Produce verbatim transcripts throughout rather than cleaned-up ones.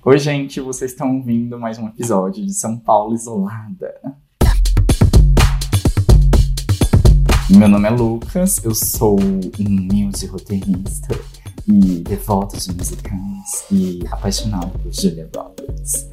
Oi, gente, vocês estão ouvindo mais um episódio de São Paulo Isolada. Meu nome é Lucas, eu sou um humilde roteirista e devoto de musicais e apaixonado por Julia Roberts.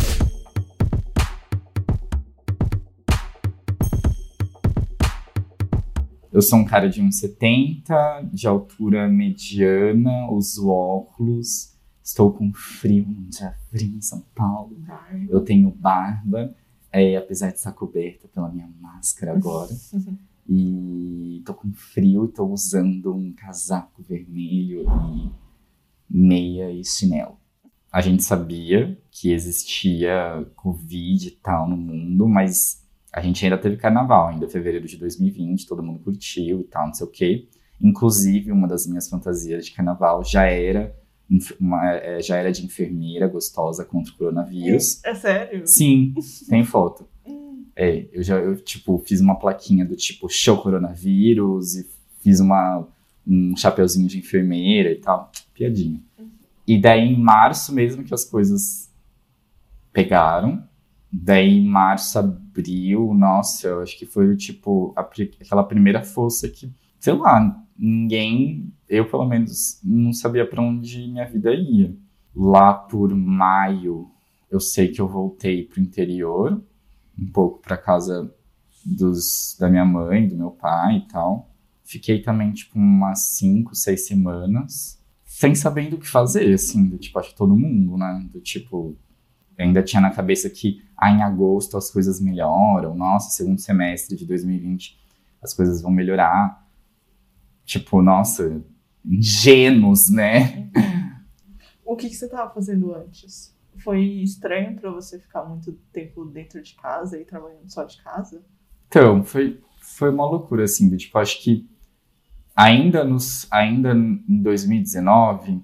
Eu sou um cara de um metro e setenta, de altura mediana, uso óculos, estou com frio, um dia frio em São Paulo. Eu tenho barba, é, apesar de estar coberta pela minha máscara agora. E tô com frio e tô usando um casaco vermelho e meia e chinelo. A gente sabia que existia Covid e tal no mundo, mas a gente ainda teve carnaval, ainda em fevereiro de dois mil e vinte, todo mundo curtiu e tal, não sei o quê. Inclusive, uma das minhas fantasias de carnaval já era, uma, já era de enfermeira gostosa contra o coronavírus. É, é sério? Sim, tem foto. É, eu já, eu, tipo, fiz uma plaquinha do tipo, show coronavírus, e fiz uma, um chapeuzinho de enfermeira e tal, piadinha. E daí, em março mesmo que as coisas pegaram, daí em março, abril, nossa, eu acho que foi, tipo, a, aquela primeira força que, sei lá, ninguém, eu pelo menos, não sabia pra onde minha vida ia. Lá por maio, eu sei que eu voltei pro interior, um pouco para casa dos, da minha mãe, do meu pai e tal. Fiquei também, tipo, umas cinco, seis semanas, sem sabendo o que fazer, assim, do tipo, acho que todo mundo, né? Do tipo, eu ainda tinha na cabeça que, ah, em agosto as coisas melhoram, nossa, segundo semestre de dois mil e vinte as coisas vão melhorar. Tipo, nossa, ingênuos, né? O que, que você tava fazendo antes? Foi estranho pra você ficar muito tempo dentro de casa e trabalhando só de casa? Então, foi, foi uma loucura, assim, do tipo, acho que ainda, nos, ainda em dois mil e dezenove,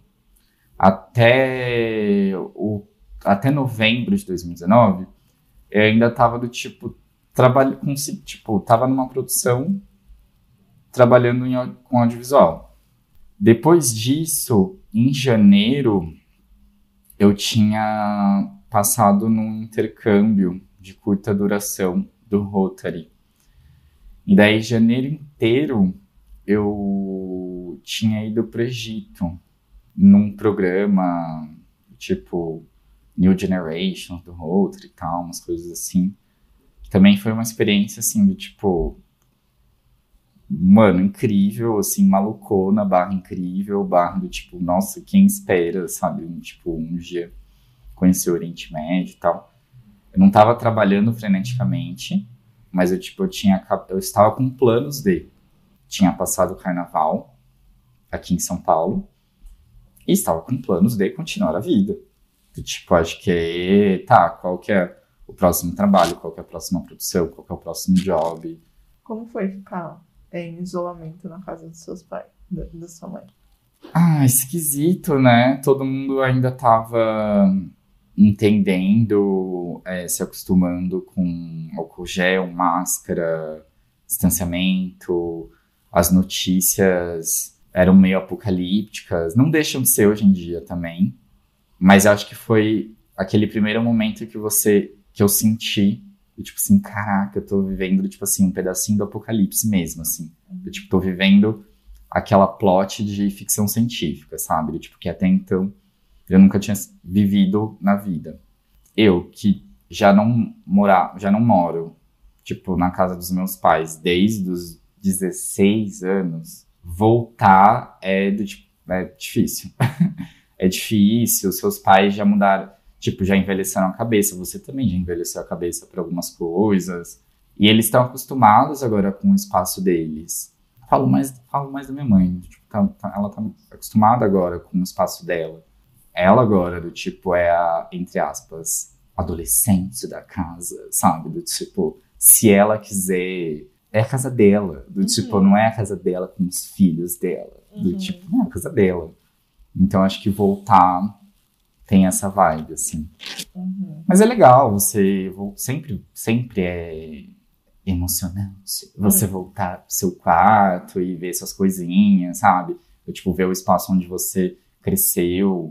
até, o, até novembro de dois mil e dezenove, eu ainda tava do tipo, trabalho com, tipo, tava numa produção trabalhando em, com audiovisual. Depois disso, em janeiro, eu tinha passado num intercâmbio de curta duração do Rotary. E daí, janeiro inteiro, eu tinha ido para o Egito, num programa, tipo, New Generation do Rotary e tal, umas coisas assim. Também foi uma experiência, assim, do tipo, mano, incrível, assim, malucona, barra incrível, barra do tipo, nossa, quem espera, sabe, um, tipo, um dia conhecer o Oriente Médio e tal. Eu não tava trabalhando freneticamente, mas eu, tipo, eu tinha, eu estava com planos de, tinha passado o carnaval aqui em São Paulo, e estava com planos de continuar a vida. Do tipo, acho que, tá, qual que é o próximo trabalho, qual que é a próxima produção, qual que é o próximo job. Como foi ficar em isolamento na casa dos seus pais, da, da sua mãe? Ah, esquisito, né? Todo mundo ainda tava entendendo, é, se acostumando com álcool gel, máscara, distanciamento. As notícias eram meio apocalípticas. Não deixam de ser hoje em dia também. Mas eu acho que foi aquele primeiro momento que você, que eu senti, eu, tipo assim, caraca, eu tô vivendo, tipo assim, um pedacinho do apocalipse mesmo, assim. Eu, tipo, tô vivendo aquela plot de ficção científica, sabe? Eu, tipo, que até então eu nunca tinha vivido na vida. Eu, que já não mora, já não moro, tipo, na casa dos meus pais desde os dezesseis anos, voltar é, do, tipo, é difícil. É difícil, seus pais já mudaram, tipo, já envelheceram a cabeça, você também já envelheceu a cabeça para algumas coisas. E eles estão acostumados agora com o espaço deles. Falo mais, falo mais da minha mãe, tipo, tá, tá, ela tá acostumada agora com o espaço dela. Ela agora, do tipo, é a, entre aspas, adolescente da casa, sabe? Do tipo, se ela quiser, é a casa dela. Do uhum. tipo, não é a casa dela com os filhos dela. Do uhum. tipo, não é a casa dela. Então, acho que voltar tem essa vibe, assim. Uhum. Mas é legal, você sempre, sempre é emocionante você uhum. voltar pro seu quarto e ver suas coisinhas, sabe? Eu, tipo, ver o espaço onde você cresceu.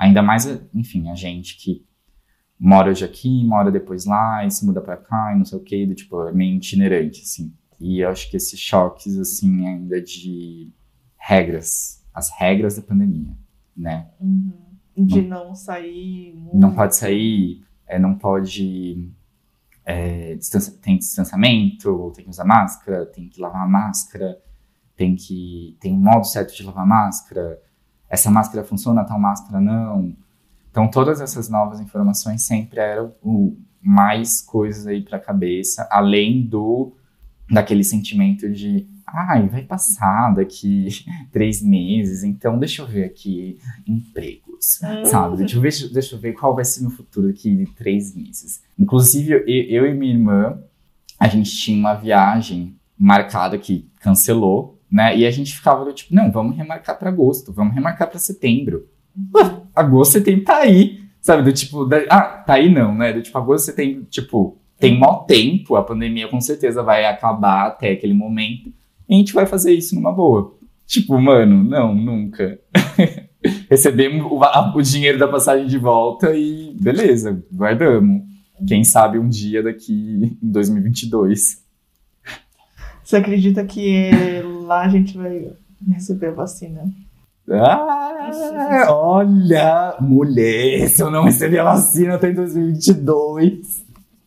Ainda mais, enfim, a gente que mora hoje aqui, mora depois lá, e se muda pra cá, e não sei o quê, do, tipo, é meio itinerante, assim. E eu acho que esses choques, assim, ainda de regras, as regras da pandemia, né? Uhum. De não, não sair muito. Não pode sair, é, não pode... É, distancia, tem distanciamento, tem que usar máscara, tem que lavar a máscara, tem que... Tem um modo certo de lavar a máscara, essa máscara funciona, tal máscara não... Então, todas essas novas informações sempre eram o, mais coisas aí pra cabeça, além do daquele sentimento de, ai, vai passar daqui três meses, então deixa eu ver aqui empregos, hum. sabe? Deixa eu, ver, deixa eu ver qual vai ser meu futuro daqui em três meses. Inclusive, eu, eu e minha irmã, a gente tinha uma viagem marcada que cancelou, né? E a gente ficava do tipo, não, vamos remarcar pra agosto, vamos remarcar pra setembro. Uh, agosto, setembro tá aí, sabe? Do tipo, da, ah, tá aí não, né? Do tipo, agosto, setembro, tipo, tem mó tempo, a pandemia com certeza vai acabar até aquele momento, e a gente vai fazer isso numa boa. Tipo, mano, não, nunca. Recebemos o, a, o dinheiro da passagem de volta e beleza, guardamos. Quem sabe um dia daqui em dois mil e vinte e dois. Você acredita que lá a gente vai receber a vacina? Ah, olha, mulher, se eu não receber a vacina até em dois mil e vinte e dois.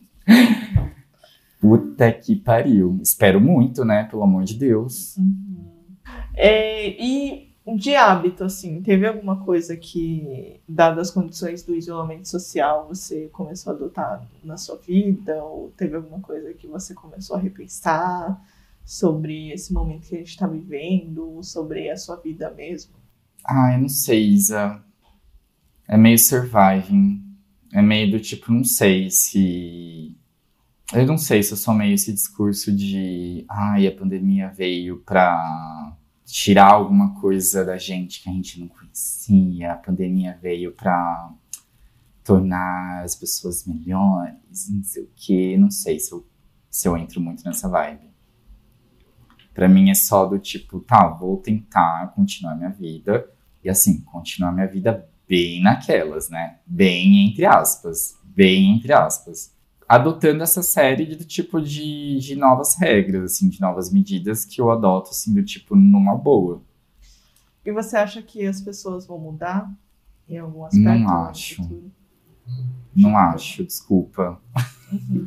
Puta que pariu. Espero muito, né? Pelo amor de Deus. Uhum. É, e de hábito, assim, teve alguma coisa que, dadas as condições do isolamento social, você começou a adotar na sua vida? Ou teve alguma coisa que você começou a repensar sobre esse momento que a gente está vivendo, sobre a sua vida mesmo? Ah, eu não sei, Isa. É meio surviving. É meio do tipo, não sei se... Eu não sei se eu sou meio esse discurso de... Ai, a pandemia veio pra tirar alguma coisa da gente que a gente não conhecia. A pandemia veio pra tornar as pessoas melhores, não sei o quê. Não sei se eu, se eu entro muito nessa vibe. Pra mim é só do tipo, tá, vou tentar continuar minha vida. E assim, continuar minha vida bem naquelas, né? Bem entre aspas. Bem entre aspas. Adotando essa série de, do tipo de, de novas regras, assim, de novas medidas que eu adoto, assim, do tipo, numa boa. E você acha que as pessoas vão mudar em algum aspecto? Não acho. Não acho, desculpa. Uhum.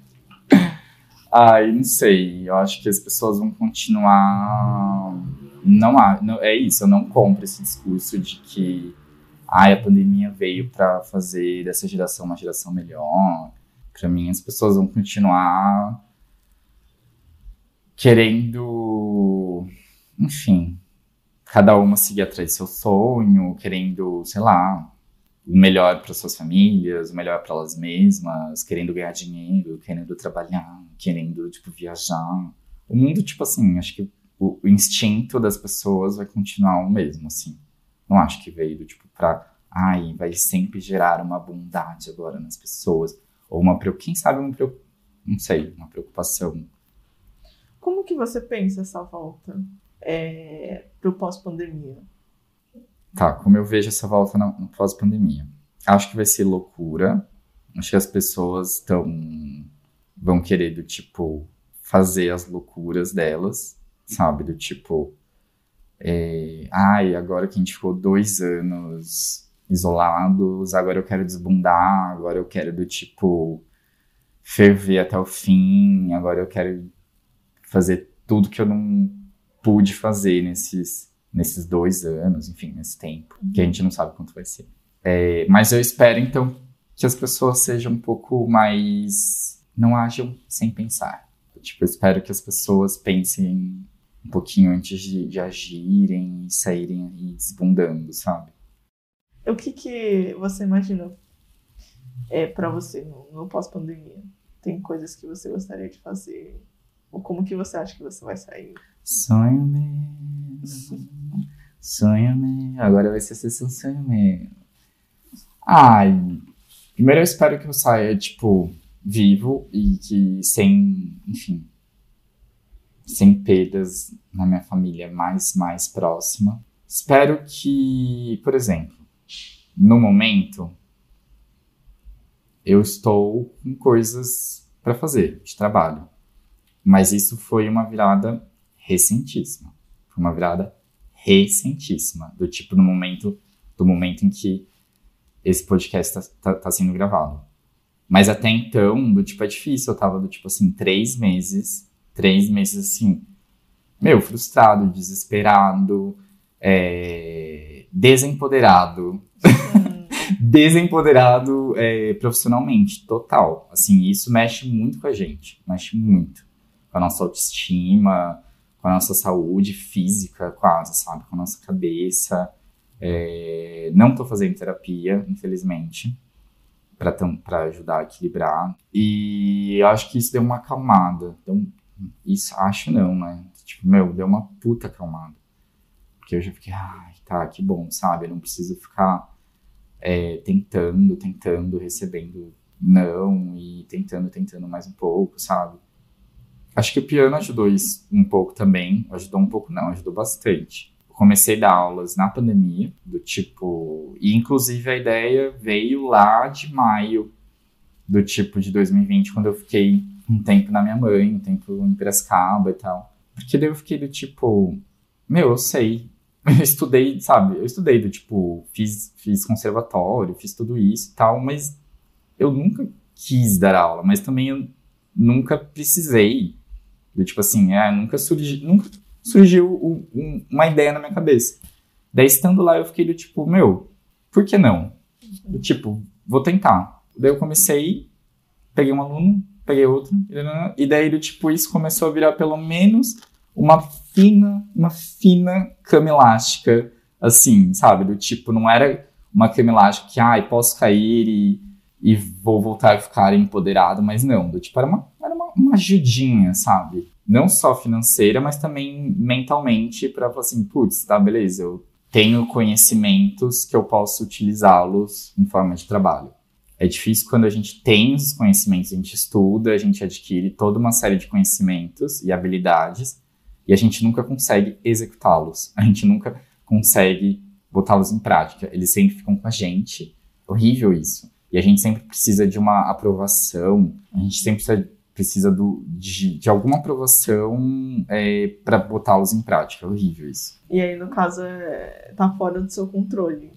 Ai, não sei. Eu acho que as pessoas vão continuar... Não há, não, é isso, eu não compro esse discurso de que ai, a pandemia veio para fazer dessa geração uma geração melhor. Para mim, as pessoas vão continuar querendo, enfim, cada uma seguir atrás do seu sonho, querendo, sei lá, o melhor para suas famílias, o melhor para elas mesmas, querendo ganhar dinheiro, querendo trabalhar, querendo, tipo, viajar. O mundo, tipo assim, acho que o, o instinto das pessoas vai continuar o mesmo, assim. Não acho que veio do tipo pra, ai, vai sempre gerar uma bondade agora nas pessoas. Ou uma, quem sabe, uma, não sei, uma preocupação. Como que você pensa essa volta é, pro pós-pandemia? Tá, como eu vejo essa volta no, no pós-pandemia? Acho que vai ser loucura. Acho que as pessoas estão, vão querer do tipo, fazer as loucuras delas. Sabe, do tipo, é, ai, agora que a gente ficou dois anos isolados, agora eu quero desbundar, agora eu quero do tipo, ferver até o fim, agora eu quero fazer tudo que eu não pude fazer nesses, nesses dois anos, enfim, nesse tempo, que a gente não sabe quanto vai ser. É, mas eu espero, então, que as pessoas sejam um pouco mais, não ajam sem pensar. Tipo, eu espero que as pessoas pensem um pouquinho antes de, de agirem e saírem aí desbundando, sabe? O que que você imagina é, pra você no, no pós-pandemia? Tem coisas que você gostaria de fazer? Ou como que você acha que você vai sair? Sonho mesmo, sonho mesmo. Agora vai ser sessão sonho mesmo. Ai, primeiro eu espero que eu saia, tipo, vivo e que sem, enfim... sem perdas na minha família mais, mais próxima. Espero que, por exemplo, no momento, eu estou com coisas para fazer de trabalho. Mas isso foi uma virada recentíssima. Foi uma virada recentíssima. Do tipo, no momento, do momento em que esse podcast tá, tá, tá sendo gravado. Mas até então, do tipo, é difícil. Eu tava do tipo, assim, três meses. Três meses, assim, meu, frustrado, desesperado, é, desempoderado. desempoderado é, profissionalmente, total. Assim, isso mexe muito com a gente. Mexe muito. Com a nossa autoestima, com a nossa saúde física, quase, sabe? Com a nossa cabeça. É, não tô fazendo terapia, infelizmente, pra, pra ajudar a equilibrar. E eu acho que isso deu uma acalmada. Deu um, isso, acho não, né? Tipo, meu, deu uma puta acalmada. Porque eu já fiquei, ai, tá, que bom, sabe? Eu não preciso ficar é, tentando, tentando, recebendo não e tentando, tentando mais um pouco, sabe? Acho que o piano ajudou isso um pouco também. Ajudou um pouco, não, ajudou bastante. Eu comecei a dar aulas na pandemia, do tipo... E, inclusive, a ideia veio lá de maio, do tipo de dois mil e vinte, quando eu fiquei um tempo na minha mãe, um tempo em Piracicaba e tal. Porque daí eu fiquei do tipo... Meu, eu sei. Eu estudei, sabe? Eu estudei do tipo... Fiz, fiz conservatório, fiz tudo isso e tal, mas eu nunca quis dar aula. Mas também eu nunca precisei. Do tipo assim, é, nunca, surgi, nunca surgiu um, um, uma ideia na minha cabeça. Daí, estando lá, eu fiquei do tipo, meu, por que não? Do tipo, vou tentar. Daí eu comecei, peguei um aluno, peguei outro, e daí, do tipo, isso começou a virar pelo menos uma fina, uma fina cama elástica, assim, sabe? Do tipo, não era uma cama elástica que, ai, posso cair e, e vou voltar a ficar empoderado, mas não, do tipo, era uma, era uma, uma ajudinha, sabe? Não só financeira, mas também mentalmente, pra falar assim, putz, tá, beleza, eu tenho conhecimentos que eu posso utilizá-los em forma de trabalho. É difícil quando a gente tem os conhecimentos, a gente estuda, a gente adquire toda uma série de conhecimentos e habilidades, e a gente nunca consegue executá-los. A gente nunca consegue botá-los em prática. Eles sempre ficam com a gente. Horrível isso. E a gente sempre precisa de uma aprovação. A gente sempre precisa, precisa do, de, de alguma aprovação é, para botá-los em prática. Horrível isso. E aí, no caso, é, tá fora do seu controle.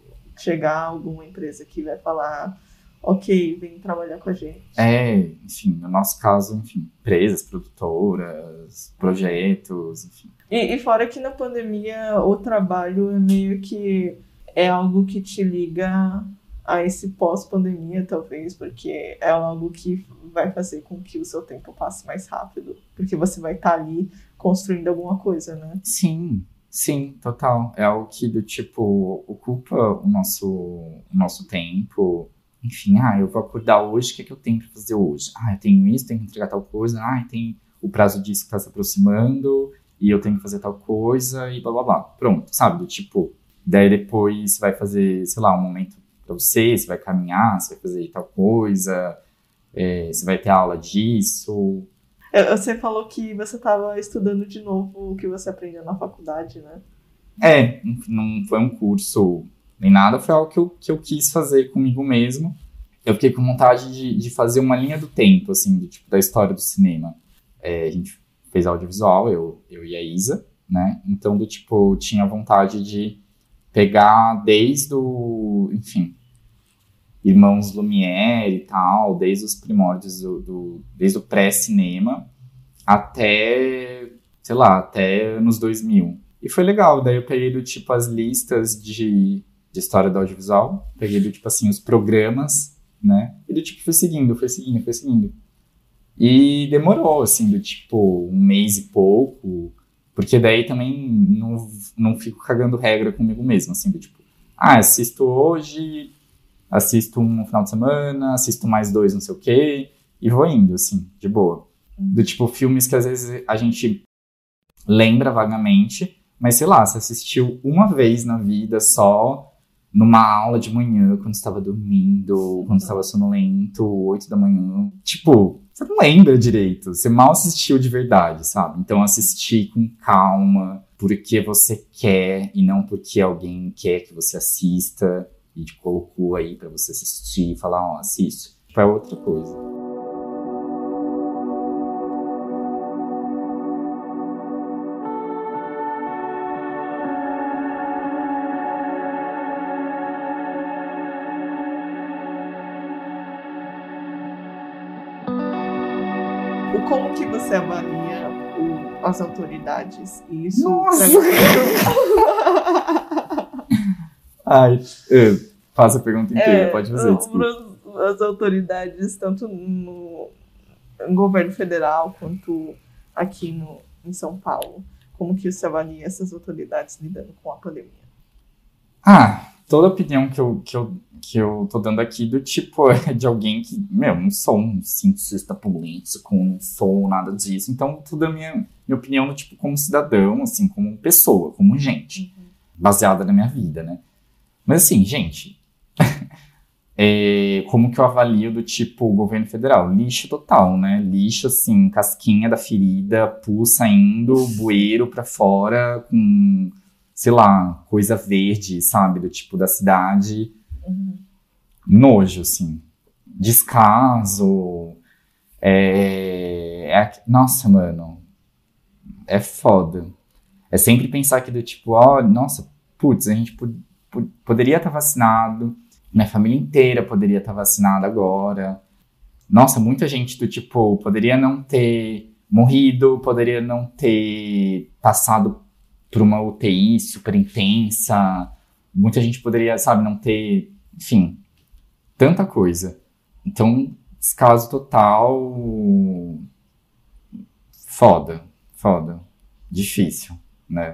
Chegar alguma empresa que vai falar... Ok, vem trabalhar com a gente. É, enfim, no nosso caso, enfim, empresas, produtoras, projetos, enfim. E, e fora que na pandemia o trabalho é meio que é algo que te liga a esse pós-pandemia, talvez, porque é algo que vai fazer com que o seu tempo passe mais rápido, porque você vai estar ali construindo alguma coisa, né? Sim, sim, total. É algo que, do tipo, ocupa o nosso, o nosso tempo. Enfim, ah, eu vou acordar hoje, o que é que eu tenho para fazer hoje? Ah, eu tenho isso, tenho que entregar tal coisa, ah, tem o prazo disso que está se aproximando, e eu tenho que fazer tal coisa, e blá, blá, blá. Pronto, sabe? Do tipo, daí depois você vai fazer, sei lá, um momento para você, você vai caminhar, você vai fazer tal coisa, é, você vai ter aula disso. Você falou que você estava estudando de novo o que você aprendeu na faculdade, né? É, não foi um curso... nem nada, foi algo que eu, que eu quis fazer comigo mesmo. Eu fiquei com vontade de, de fazer uma linha do tempo, assim, do tipo, da história do cinema. É, a gente fez audiovisual, eu, eu e a Isa, né? Então, do tipo, eu tinha vontade de pegar desde o, enfim, Irmãos Lumière e tal, desde os primórdios, do, do, desde o pré-cinema até, sei lá, até anos dois mil. E foi legal, daí eu peguei do tipo as listas de... de história do audiovisual, peguei do tipo assim, os programas, né, e do tipo, foi seguindo, foi seguindo, foi seguindo. E demorou, assim, do tipo, um mês e pouco, porque daí também não, não fico cagando regra comigo mesmo, assim, do tipo, ah, assisto hoje, assisto um no final de semana, assisto mais dois não sei o quê, e vou indo, assim, de boa. Do tipo, filmes que às vezes a gente lembra vagamente, mas sei lá, você assistiu uma vez na vida só, numa aula de manhã, quando estava dormindo, quando estava sonolento, oito da manhã. Tipo, você não lembra direito. Você mal assistiu de verdade, sabe? Então, assistir com calma, porque você quer e não porque alguém quer que você assista. e te colocou aí pra você assistir e falar, ó, assiste. Tipo, é outra coisa. Como que você avalia o, as autoridades? Isso Nossa! Ai, faça a pergunta inteira, é, pode fazer, desculpa. As autoridades, tanto no, no governo federal quanto aqui no, em São Paulo, como que você avalia essas autoridades lidando com a pandemia? Ah, toda opinião que eu, que eu, que eu tô dando aqui do tipo é de alguém que, meu, não sou um cientista político, não sou nada disso. Então, tudo é minha, minha opinião, tipo, como cidadão, assim, como pessoa, como gente, uhum. baseada na minha vida, né? Mas, assim, gente, é, como que eu avalio do tipo governo federal? Lixo total, né? Lixo, assim, casquinha da ferida, pus saindo, bueiro pra fora, com... sei lá, coisa verde, sabe? Do tipo da cidade. Uhum. Nojo, assim. Descaso. É... é... Nossa, mano. É foda. É sempre pensar que do tipo, ó, oh, nossa, putz, a gente pod- pod- poderia estar vacinado. Minha família inteira poderia estar vacinada agora. Nossa, muita gente do tipo, poderia não ter morrido, poderia não ter passado por uma U T I super intensa, muita gente poderia, sabe, não ter, enfim, tanta coisa. Então, descaso total, foda, foda, difícil, né?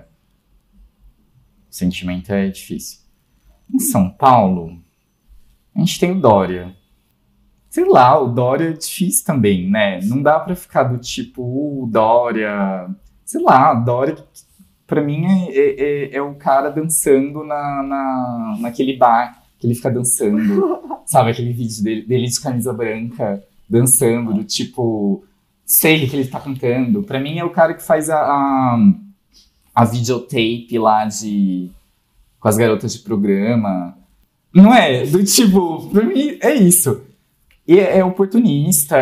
O sentimento é difícil. Em São Paulo, a gente tem o Dória. Sei lá, o Dória é difícil também, né? Não dá pra ficar do tipo, o uh, Dória, sei lá, Dória... Pra mim, é, é, é o cara dançando na, na, naquele bar que ele fica dançando. Sabe, aquele vídeo dele, dele de camisa branca, dançando, do tipo... Sei o que ele tá cantando. Pra mim, é o cara que faz a, a, a videotape lá de... com as garotas de programa. Não é? Do tipo, pra mim, é isso. E é, é oportunista,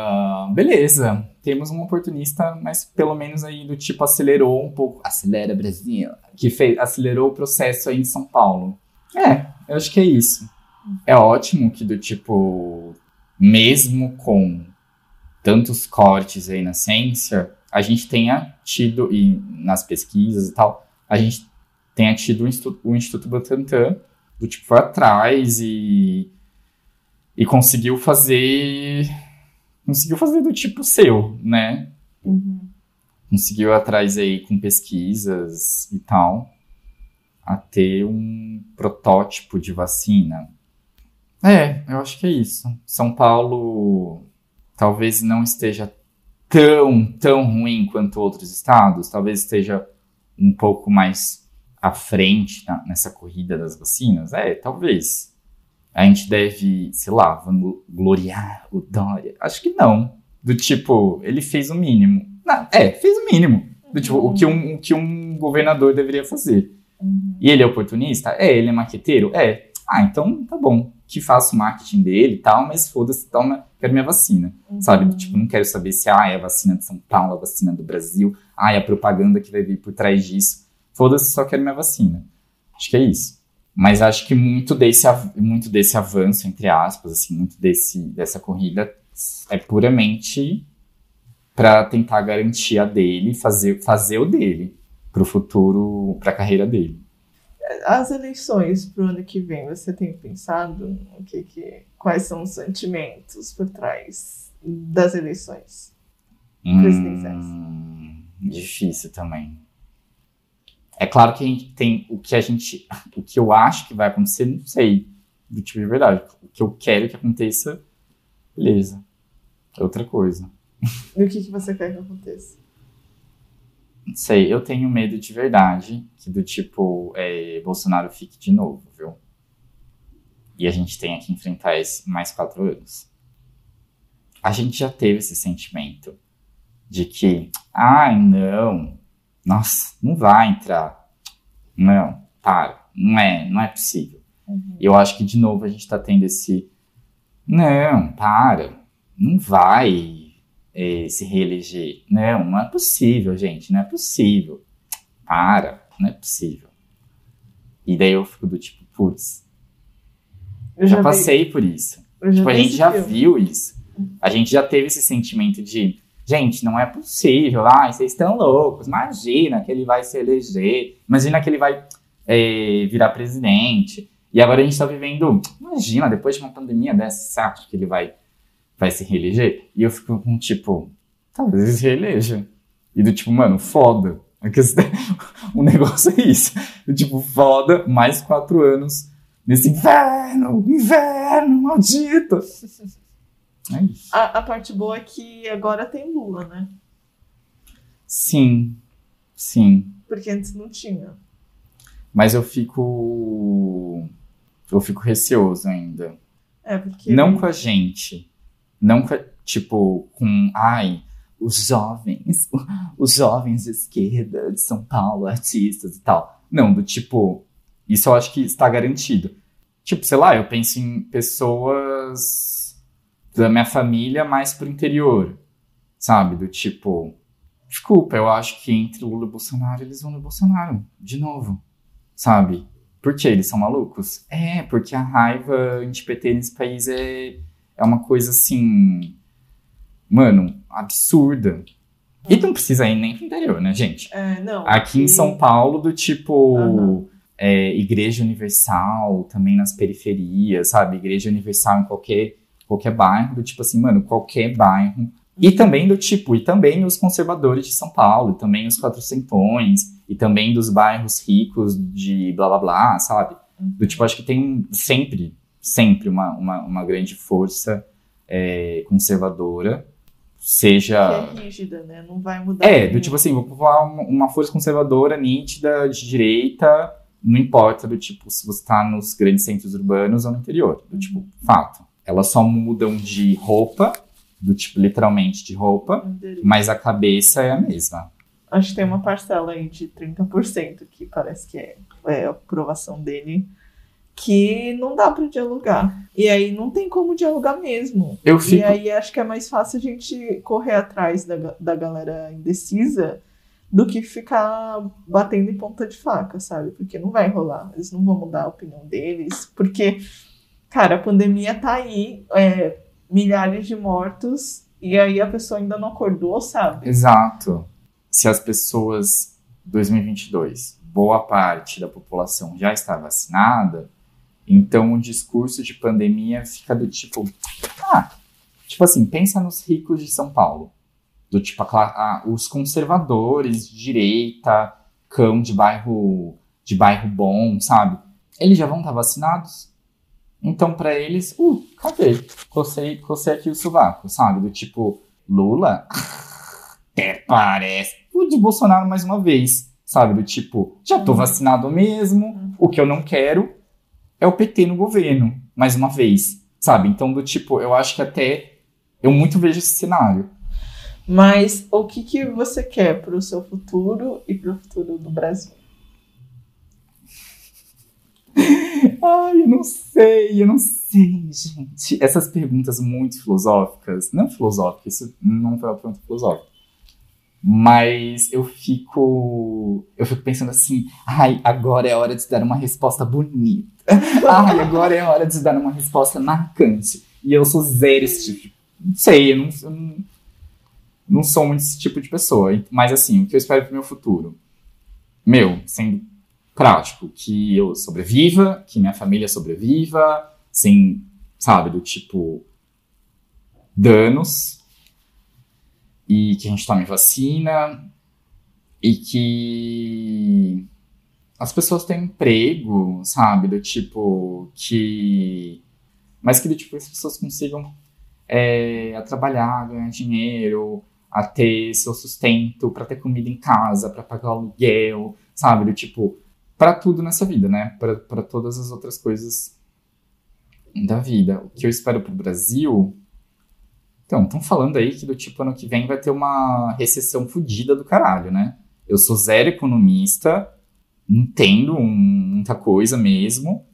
beleza. Temos um oportunista, mas pelo menos aí do tipo acelerou um pouco. Acelera, Brasil. Que fez, acelerou o processo aí em São Paulo. É, eu acho que é isso. É ótimo que do tipo, mesmo com tantos cortes aí na ciência, a gente tenha tido, e nas pesquisas e tal, a gente tenha tido o Instituto, o Instituto Butantan, do tipo, foi atrás e, e conseguiu fazer... Conseguiu fazer do tipo seu, né? Uhum. Conseguiu ir atrás aí com pesquisas e tal, a ter um protótipo de vacina. É, eu acho que é isso. São Paulo talvez não esteja tão, tão ruim quanto outros estados. Talvez esteja um pouco mais à frente na, nessa corrida das vacinas. É, talvez. A gente deve, sei lá, vamos gloriar o Dória. Acho que não. Do tipo, ele fez o mínimo. Não, é, fez o mínimo. Do tipo, uhum. o, que um, o que um governador deveria fazer. Uhum. E ele é oportunista? É. Ele é maqueteiro? É. Ah, então tá bom. Que faça o marketing dele e tal, mas foda-se, toma, quero minha vacina. Uhum. Sabe? Do tipo, não quero saber se ah, é a vacina de São Paulo, a vacina do Brasil, ah, é a propaganda que vai vir por trás disso. Foda-se, só quero minha vacina. Acho que é isso. Mas acho que muito desse, muito desse avanço, entre aspas, assim, muito desse, dessa corrida é puramente para tentar garantir a dele, fazer, fazer o dele pro futuro, pra carreira dele. As eleições pro ano que vem, você tem pensado o que, que, quais são os sentimentos por trás das eleições presidenciais? Hum, difícil também. É claro que a gente tem o que a gente, o que eu acho que vai acontecer, não sei, do tipo de verdade. O que eu quero que aconteça, beleza. É outra coisa. E o que, que você quer que aconteça? Não sei, eu tenho medo de verdade que do tipo, é, Bolsonaro fique de novo, viu? E a gente tenha que enfrentar isso mais quatro anos. A gente já teve esse sentimento de que, ai, não, nossa, não vai entrar. Não, para, não é, não é possível. Uhum. Eu acho que, de novo, a gente tá tendo esse... Não, para. Não vai é, se reeleger. Não, não é possível, gente. Não é possível. Para. Não é possível. E daí eu fico do tipo, putz, Eu já vi- passei por isso. eu já Tipo, a vi gente esse já filme. viu isso. A gente já teve esse sentimento de, gente, não é possível. Ai, vocês estão loucos. Imagina que ele vai se eleger. Imagina que ele vai é, virar presidente. E agora a gente tá vivendo... Imagina, depois de uma pandemia dessa, você acha que ele vai, vai se reeleger? E eu fico com, tipo... Talvez ele se reeleja. E do tipo, mano, foda. A questão- O negócio é isso. Do tipo, foda, mais quatro anos nesse inverno, inverno, maldito. É isso. A, a parte boa é que agora tem Lula, né? Sim, sim. Porque antes não tinha. Mas eu fico... Eu fico receoso ainda. É, porque... Não com a gente. Não com a, tipo, com... Ai, os jovens. Os jovens de esquerda de São Paulo, artistas e tal. Não, do tipo... Isso eu acho que está garantido. Tipo, sei lá, eu penso em pessoas da minha família mais pro interior. Sabe? Do tipo... Desculpa, eu acho que entre Lula e Bolsonaro, eles vão no Bolsonaro. De novo. Sabe? Por quê? Eles são malucos? É, porque a raiva anti-P T nesse país é, é uma coisa assim... Mano, absurda. E não precisa ir nem pro interior, né, gente? É, não. Aqui em São Paulo, do tipo... Aham. é, Igreja Universal, também nas periferias, sabe? Igreja Universal em qualquer, qualquer bairro, do tipo assim, mano, qualquer bairro. E também do tipo, e também os conservadores de São Paulo, e também os quatrocentões, e também dos bairros ricos de blá blá blá, sabe? Do tipo, acho que tem sempre, sempre uma, uma, uma grande força é, conservadora, seja... Que é rígida, né? Não vai mudar. É, muito. do tipo assim, vou falar uma, uma força conservadora, nítida, de direita, não importa do tipo se você tá nos grandes centros urbanos ou no interior. Do tipo, fato. Elas só mudam de roupa, do tipo, literalmente de roupa, Entendi. mas a cabeça é a mesma. Acho que tem uma parcela aí de trinta por cento que parece que é, é a aprovação dele, que não dá pra dialogar. E aí não tem como dialogar mesmo. Eu E fico... aí acho que é mais fácil a gente correr atrás da, ga- da galera indecisa do que ficar batendo em ponta de faca, sabe? Porque não vai rolar. Eles não vão mudar a opinião deles. Porque, cara, a pandemia tá aí, é, milhares de mortos, e aí a pessoa ainda não acordou, sabe? Exato. Se as pessoas, dois mil e vinte e dois, boa parte da população já está vacinada, então o discurso de pandemia fica do tipo... Ah, tipo assim, pensa nos ricos de São Paulo. Do tipo, a, cla- a, os conservadores de direita, cão de bairro, de bairro bom, sabe? Eles já vão estar vacinados. Então, pra eles, uh, cadê? Cocei, cocei aqui o sovaco, sabe? Do tipo, Lula? Até parece. O de Bolsonaro mais uma vez, sabe? Do tipo, já tô Uhum. vacinado mesmo, o que eu não quero é o P T no governo, mais uma vez, sabe? Então, do tipo, eu acho que até eu muito vejo esse cenário. Mas o que, que você quer pro seu futuro e pro futuro do Brasil? Ai, eu não sei, eu não sei, gente. Essas perguntas muito filosóficas, não filosóficas, isso não foi uma pergunta filosófica, mas eu fico, eu fico pensando assim, ai, agora é a hora de se dar uma resposta bonita. Ai, agora é a hora de se dar uma resposta marcante. E eu sou zero esse tipo, não sei, eu não, eu não, não sou muito esse tipo de pessoa. Mas assim, o que eu espero pro meu futuro? Meu, sendo prático, que eu sobreviva, que minha família sobreviva, sem, sabe, do tipo, danos, e que a gente tome vacina, e que as pessoas tenham emprego, sabe, do tipo, que... Mas que, do tipo, as pessoas consigam é, a trabalhar, ganhar dinheiro, a ter seu sustento, pra ter comida em casa, pra pagar o aluguel, sabe, do tipo... Para tudo nessa vida, né? Para todas as outras coisas da vida. O que eu espero pro Brasil... Então, estão falando aí que do tipo ano que vem vai ter uma recessão fodida do caralho, né? Eu sou zero economista, entendo um, muita coisa mesmo,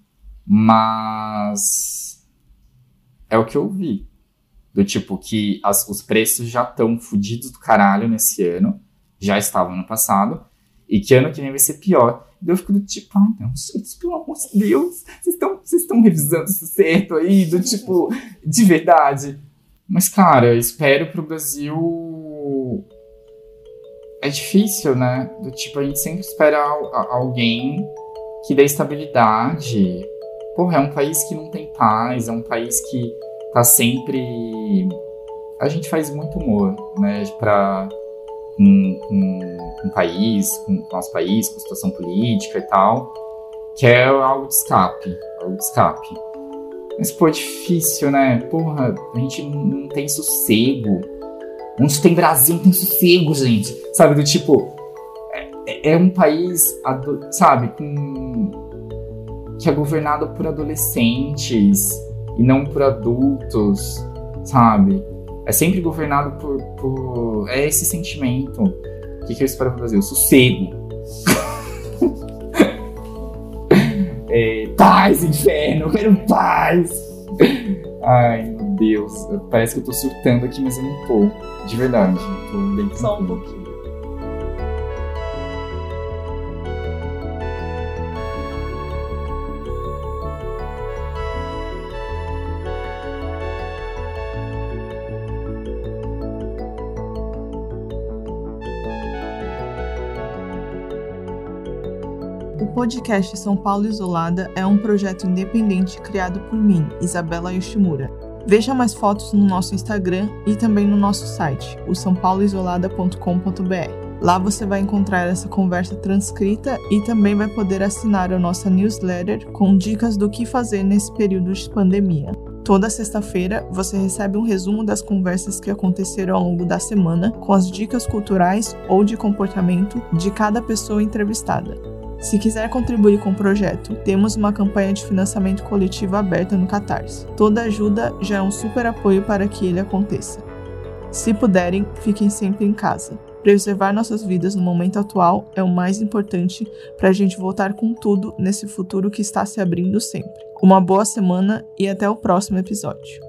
Mas é o que eu vi. Do tipo que as, os preços já estão fodidos do caralho nesse ano. Já estavam no passado. E que ano que vem vai ser pior. E eu fico do tipo, ai não, gente, pelo amor de Deus. Vocês estão vocês estão revisando isso certo aí? Do tipo, de verdade. Mas, cara, eu espero pro Brasil... É difícil, né? Do tipo, a gente sempre espera alguém que dê estabilidade. Porra, é um país que não tem paz, é um país que tá sempre... A gente faz muito humor, né? Pra... Com, com, com o país, com o nosso país, com a situação política e tal. Que é algo de escape. Algo de escape. Mas, pô, é difícil, né? Porra, a gente não tem sossego. Onde tem Brasil, não tem sossego, gente. Sabe, do tipo... É, é um país, sabe, com... que é governado por adolescentes e não por adultos, sabe? É sempre governado por... por... É esse sentimento. O que, que eu espero pro Brasil? Sossego. É, paz, inferno, eu quero paz. Ai, meu Deus. Parece que eu tô surtando aqui, mas eu não tô. De verdade. Eu tô bem tranquilo. Só um pouquinho. O podcast São Paulo Isolada é um projeto independente criado por mim, Isabela Yoshimura. Veja mais fotos no nosso Instagram e também no nosso site, o são paulo isolada ponto com ponto b r. Lá você vai encontrar essa conversa transcrita e também vai poder assinar a nossa newsletter com dicas do que fazer nesse período de pandemia. Toda sexta-feira você recebe um resumo das conversas que aconteceram ao longo da semana, com as dicas culturais ou de comportamento de cada pessoa entrevistada. Se quiser contribuir com o projeto, temos uma campanha de financiamento coletivo aberta no Catarse. Toda ajuda já é um super apoio para que ele aconteça. Se puderem, fiquem sempre em casa. Preservar nossas vidas no momento atual é o mais importante para a gente voltar com tudo nesse futuro que está se abrindo sempre. Uma boa semana e até o próximo episódio.